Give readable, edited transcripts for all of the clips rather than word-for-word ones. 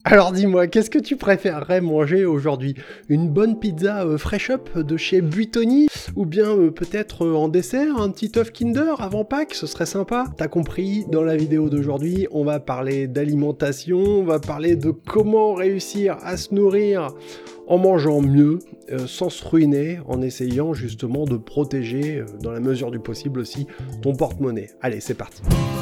Alors dis-moi, qu'est-ce que tu préférerais manger aujourd'hui? Une bonne pizza Fresh Up de chez Buitoni? Ou bien peut-être en dessert, un petit œuf Kinder avant Pâques? Ce serait sympa. T'as compris, dans la vidéo d'aujourd'hui, on va parler d'alimentation, on va parler de comment réussir à se nourrir en mangeant mieux, sans se ruiner, en essayant justement de protéger, dans la mesure du possible aussi, ton porte-monnaie. Allez, c'est parti.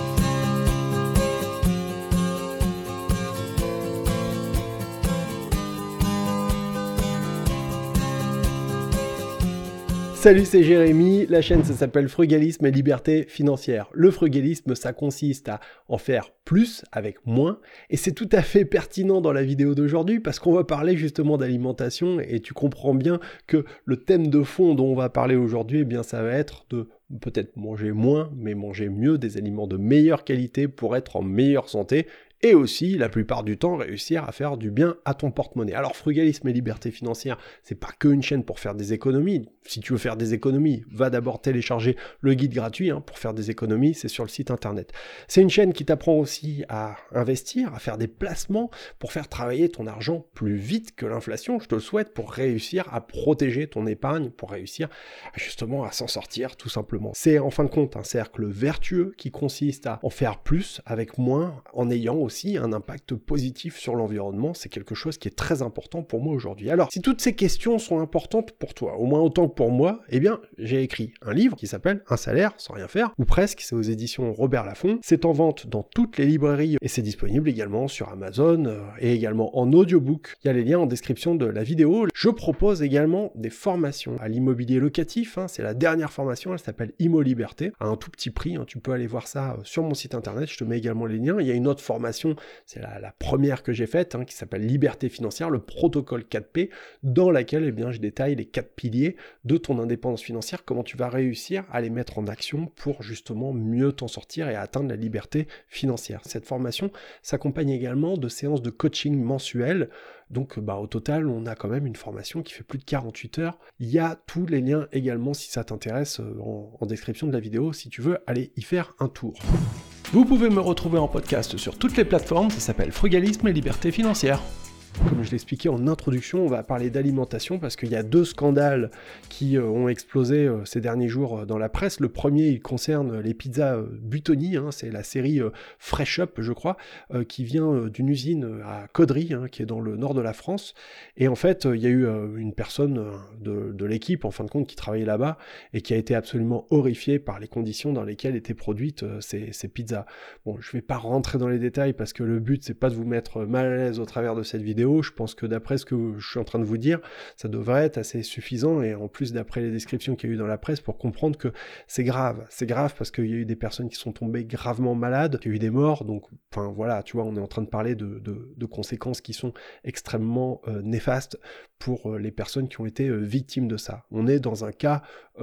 Salut, c'est Jérémy, la chaîne ça s'appelle Frugalisme et Liberté Financière. Le frugalisme, ça consiste à en faire plus avec moins, et c'est tout à fait pertinent dans la vidéo d'aujourd'hui parce qu'on va parler justement d'alimentation et tu comprends bien que le thème de fond dont on va parler aujourd'hui, eh bien ça va être de peut-être manger moins, mais manger mieux, des aliments de meilleure qualité pour être en meilleure santé. Et aussi, la plupart du temps, réussir à faire du bien à ton porte-monnaie. Alors, Frugalisme et Liberté Financière, c'est pas que une chaîne pour faire des économies. Si tu veux faire des économies, va d'abord télécharger le guide gratuit pour faire des économies, c'est sur le site internet. C'est une chaîne qui t'apprend aussi à investir, à faire des placements pour faire travailler ton argent plus vite que l'inflation, je te le souhaite, pour réussir à protéger ton épargne, pour réussir justement à s'en sortir tout simplement. C'est en fin de compte un cercle vertueux qui consiste à en faire plus avec moins en ayant aussi un impact positif sur l'environnement. C'est quelque chose qui est très important pour moi aujourd'hui. Alors, si toutes ces questions sont importantes pour toi, au moins autant que pour moi, eh bien, j'ai écrit un livre qui s'appelle Un salaire sans rien faire, ou presque, c'est aux éditions Robert Laffont. C'est en vente dans toutes les librairies et c'est disponible également sur Amazon et également en audiobook. Il y a les liens en description de la vidéo. Je propose également des formations à l'immobilier locatif. C'est la dernière formation, elle s'appelle Immo Liberté, à un tout petit prix. Tu peux aller voir ça sur mon site internet, je te mets également les liens. Il y a une autre formation, c'est la première que j'ai faite, qui s'appelle Liberté Financière, le protocole 4P, dans laquelle eh bien, je détaille les 4 piliers de ton indépendance financière, comment tu vas réussir à les mettre en action pour justement mieux t'en sortir et atteindre la liberté financière. Cette formation s'accompagne également de séances de coaching mensuelles. Donc au total, on a quand même une formation qui fait plus de 48 heures. Il y a tous les liens également si ça t'intéresse en description de la vidéo, si tu veux aller y faire un tour. Vous pouvez me retrouver en podcast sur toutes les plateformes, ça s'appelle Frugalisme et Liberté Financière. Comme je l'expliquais en introduction, on va parler d'alimentation parce qu'il y a 2 scandales qui ont explosé ces derniers jours dans la presse. Le premier, il concerne les pizzas Buitoni, c'est la série Fresh Up, je crois, qui vient d'une usine à Caudry, qui est dans le nord de la France. Et en fait, il y a eu une personne de l'équipe, en fin de compte, qui travaillait là-bas et qui a été absolument horrifiée par les conditions dans lesquelles étaient produites ces pizzas. Bon, je vais pas rentrer dans les détails parce que le but, c'est pas de vous mettre mal à l'aise au travers de cette vidéo. Je pense que d'après ce que je suis en train de vous dire, ça devrait être assez suffisant et en plus d'après les descriptions qu'il y a eu dans la presse pour comprendre que c'est grave. C'est grave parce qu'il y a eu des personnes qui sont tombées gravement malades, qu'il y a eu des morts, donc enfin voilà, tu vois, on est en train de parler de conséquences qui sont extrêmement néfastes pour les personnes qui ont été victimes de ça. On est dans un cas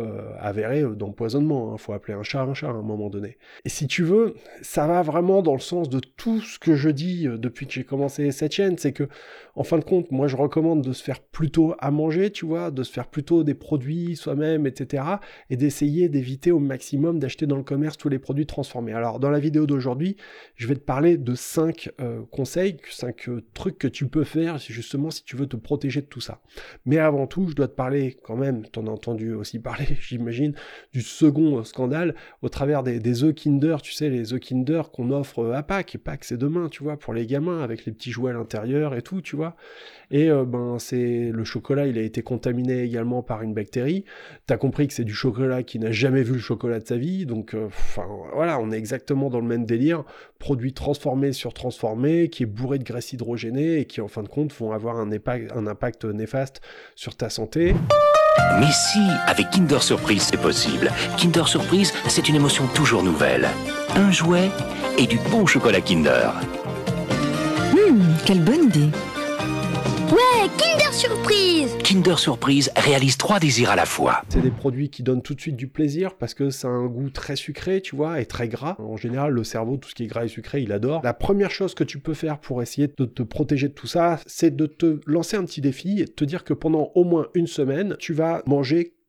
avéré d'empoisonnement, faut appeler un chat à un moment donné. Et si tu veux, ça va vraiment dans le sens de tout ce que je dis depuis que j'ai commencé cette chaîne, c'est que en fin de compte, moi je recommande de se faire plutôt à manger, tu vois, de se faire plutôt des produits soi-même, etc. et d'essayer d'éviter au maximum d'acheter dans le commerce tous les produits transformés. Alors dans la vidéo d'aujourd'hui, je vais te parler de 5 conseils, 5 trucs que tu peux faire justement si tu veux te protéger de tout ça. Mais avant tout, je dois te parler quand même, t'en as entendu aussi parler, j'imagine, du second scandale au travers des œufs Kinder, tu sais, les œufs Kinder qu'on offre à Pâques, et Pâques c'est demain, tu vois, pour les gamins, avec les petits jouets à l'intérieur et tout, tu vois. Et c'est le chocolat, il a été contaminé également par une bactérie. T'as compris que c'est du chocolat qui n'a jamais vu le chocolat de sa vie, donc voilà, on est exactement dans le même délire, produit transformé sur transformé, qui est bourré de graisse hydrogénée et qui en fin de compte vont avoir un impact néfaste sur ta santé. Mais si, avec Kinder Surprise, c'est possible. Kinder Surprise, c'est une émotion toujours nouvelle. Un jouet et du bon chocolat Kinder. Quelle bonne idée. Ouais, Kinder Surprise! Kinder Surprise réalise 3 désirs à la fois. C'est des produits qui donnent tout de suite du plaisir parce que ça a un goût très sucré, tu vois, et très gras. En général, le cerveau, tout ce qui est gras et sucré, il adore. La première chose que tu peux faire pour essayer de te protéger de tout ça, c'est de te lancer un petit défi et de te dire que pendant au moins une semaine, tu vas manger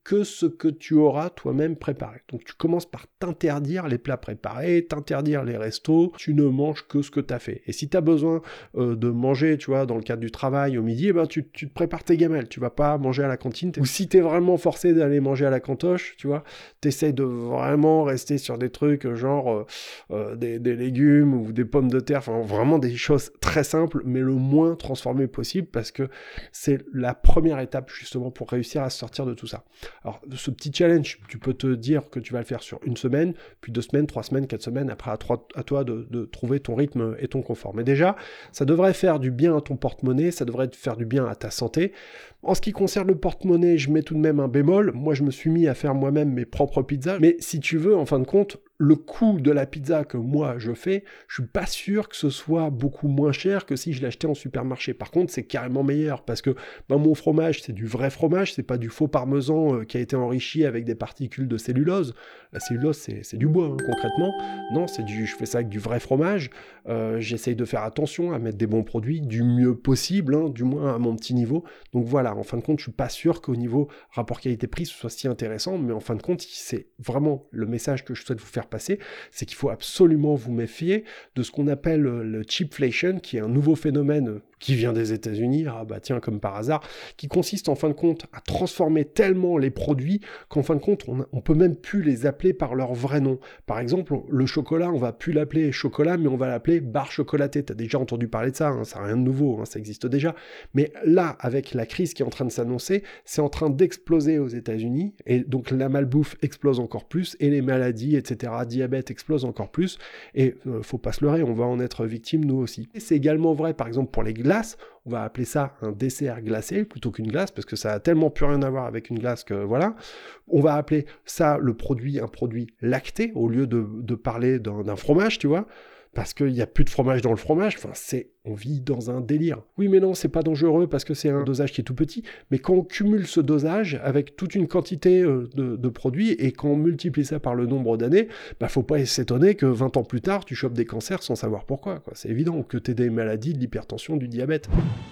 que ce que tu auras toi-même préparé. Donc tu commences par t'interdire les plats préparés, t'interdire les restos, tu ne manges que ce que tu as fait. Et si tu as besoin de manger, tu vois, dans le cadre du travail au midi, tu te prépares tes gamelles, tu vas pas manger à la cantine. Ou si tu es vraiment forcé d'aller manger à la cantoche, tu vois, tu essaies de vraiment rester sur des trucs genre des légumes ou des pommes de terre, enfin vraiment des choses très simples, mais le moins transformées possible, parce que c'est la première étape justement pour réussir à sortir de tout ça. Alors, ce petit challenge, tu peux te dire que tu vas le faire sur 1 semaine, puis 2 semaines, 3 semaines, 4 semaines, après à toi de trouver ton rythme et ton confort. Mais déjà, ça devrait faire du bien à ton porte-monnaie, ça devrait faire du bien à ta santé. En ce qui concerne le porte-monnaie, je mets tout de même un bémol. Moi, je me suis mis à faire moi-même mes propres pizzas. Mais si tu veux, en fin de compte, le coût de la pizza que moi je fais, je suis pas sûr que ce soit beaucoup moins cher que si je l'achetais en supermarché. Par contre, c'est carrément meilleur parce que mon fromage, c'est du vrai fromage, c'est pas du faux parmesan qui a été enrichi avec des particules de cellulose. La cellulose, c'est du bois, concrètement. Non, je fais ça avec du vrai fromage. J'essaye de faire attention à mettre des bons produits du mieux possible, du moins à mon petit niveau. Donc voilà, en fin de compte, je suis pas sûr qu'au niveau rapport qualité-prix, ce soit si intéressant, mais en fin de compte, c'est vraiment le message que je souhaite vous faire passer, c'est qu'il faut absolument vous méfier de ce qu'on appelle le cheapflation, qui est un nouveau phénomène qui vient des États-Unis, tiens, comme par hasard, qui consiste en fin de compte à transformer tellement les produits qu'en fin de compte, on peut même plus les appeler par leur vrai nom. Par exemple, le chocolat, on va plus l'appeler chocolat, mais on va l'appeler barre chocolatée. Tu as déjà entendu parler de ça, ça n'a rien de nouveau, ça existe déjà. Mais là, avec la crise qui est en train de s'annoncer, c'est en train d'exploser aux États-Unis, et donc la malbouffe explose encore plus, et les maladies, etc., diabète explose encore plus, et faut pas se leurrer, on va en être victime nous aussi. Et c'est également vrai, par exemple, pour les glaces. On va appeler ça un dessert glacé plutôt qu'une glace, parce que ça a tellement plus rien à voir avec une glace que voilà. On va appeler ça un produit lacté, au lieu de parler d'un fromage, tu vois, parce qu'il n'y a plus de fromage dans le fromage. On vit dans un délire. Oui, mais non, c'est pas dangereux parce que c'est un dosage qui est tout petit, mais quand on cumule ce dosage avec toute une quantité de produits et qu'on multiplie ça par le nombre d'années, faut pas s'étonner que 20 ans plus tard, tu chopes des cancers sans savoir pourquoi, quoi. C'est évident que tu aies des maladies, de l'hypertension, du diabète.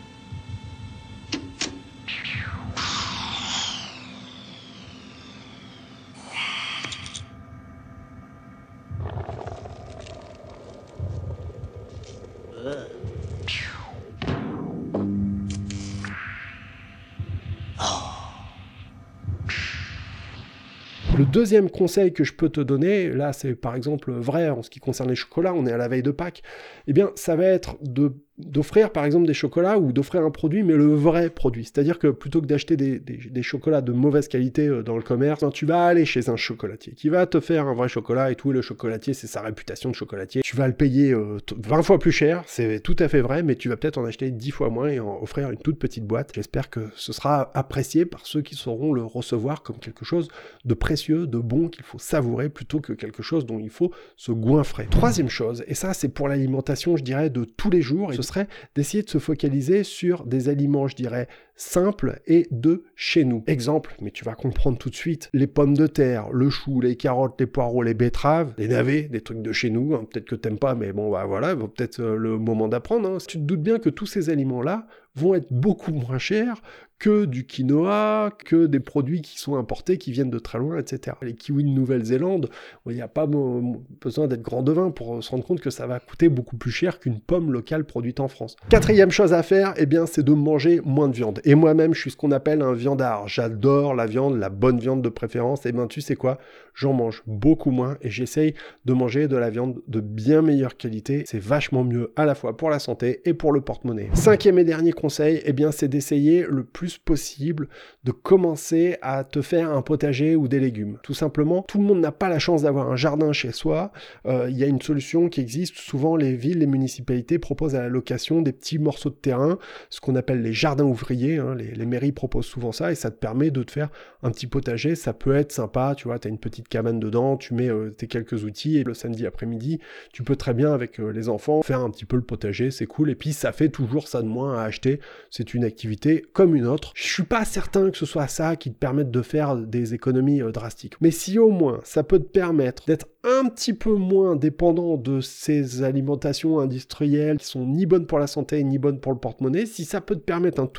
Le deuxième conseil que je peux te donner, là c'est par exemple vrai en ce qui concerne les chocolats, on est à la veille de Pâques, ça va être d'offrir par exemple des chocolats ou d'offrir un produit, mais le vrai produit. C'est-à-dire que plutôt que d'acheter des chocolats de mauvaise qualité dans le commerce, tu vas aller chez un chocolatier qui va te faire un vrai chocolat et tout, et le chocolatier, c'est sa réputation de chocolatier. Tu vas le payer 20 fois plus cher, c'est tout à fait vrai, mais tu vas peut-être en acheter 10 fois moins et en offrir une toute petite boîte. J'espère que ce sera apprécié par ceux qui sauront le recevoir comme quelque chose de précieux, de bon, qu'il faut savourer plutôt que quelque chose dont il faut se goinfrer. Troisième chose, et ça c'est pour l'alimentation, je dirais, de tous les jours, et ce serait d'essayer de se focaliser sur des aliments, je dirais, simples et de chez nous. Exemple, mais tu vas comprendre tout de suite, les pommes de terre, le chou, les carottes, les poireaux, les betteraves, les navets, des trucs de chez nous, peut-être que t'aimes pas, mais bon, voilà, peut-être le moment d'apprendre. Tu te doutes bien que tous ces aliments-là vont être beaucoup moins chers que du quinoa, que des produits qui sont importés, qui viennent de très loin, etc. Les kiwis de Nouvelle-Zélande, il n'y a pas besoin d'être grand devin pour se rendre compte que ça va coûter beaucoup plus cher qu'une pomme locale produite en France. Quatrième chose à faire, c'est de manger moins de viande. Et moi-même, je suis ce qu'on appelle un viandard. J'adore la viande, la bonne viande de préférence. Tu sais quoi ? J'en mange beaucoup moins et j'essaye de manger de la viande de bien meilleure qualité. C'est vachement mieux à la fois pour la santé et pour le porte-monnaie. Cinquième et dernier conseil, c'est d'essayer le plus possible de commencer à te faire un potager ou des légumes. Tout simplement, tout le monde n'a pas la chance d'avoir un jardin chez soi. Il y a une solution qui existe. Souvent, les villes, les municipalités proposent à la location des petits morceaux de terrain, ce qu'on appelle les jardins ouvriers. Les mairies proposent souvent ça et ça te permet de te faire un petit potager. Ça peut être sympa, tu vois, tu as une petite cabane dedans, tu mets tes quelques outils et le samedi après-midi, tu peux très bien avec les enfants faire un petit peu le potager, c'est cool. Et puis, ça fait toujours ça de moins à acheter. C'est une activité comme une autre. Je suis pas certain que ce soit ça qui te permette de faire des économies drastiques. Mais si au moins ça peut te permettre d'être un petit peu moins dépendant de ces alimentations industrielles qui sont ni bonnes pour la santé ni bonnes pour le porte-monnaie, si ça peut te permettre un tout petit peu de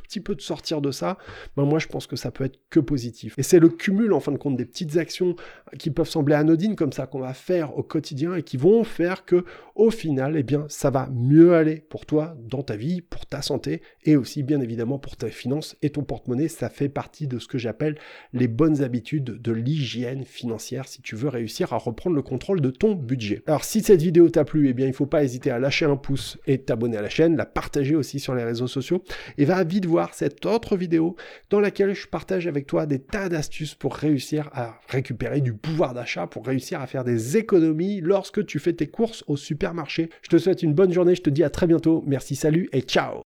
sortir de ça, ben moi je pense que ça peut être que positif. Et c'est le cumul en fin de compte des petites actions qui peuvent sembler anodines comme ça qu'on va faire au quotidien et qui vont faire que au final, eh bien, ça va mieux aller pour toi dans ta vie, pour ta santé et aussi bien évidemment pour tes finances et ton porte-monnaie. Ça fait partie de ce que j'appelle les bonnes habitudes de l'hygiène financière si tu veux réussir à reprendre le contrôle de ton budget. Alors si cette vidéo t'a plu, eh bien, il ne faut pas hésiter à lâcher un pouce et t'abonner à la chaîne, la partager aussi sur les réseaux sociaux et va vite voir cette autre vidéo dans laquelle je partage avec toi des tas d'astuces pour réussir à récupérer du pouvoir d'achat, pour réussir à faire des économies lorsque tu fais tes courses au supermarché. Je te souhaite une bonne journée, je te dis à très bientôt. Merci, salut et ciao!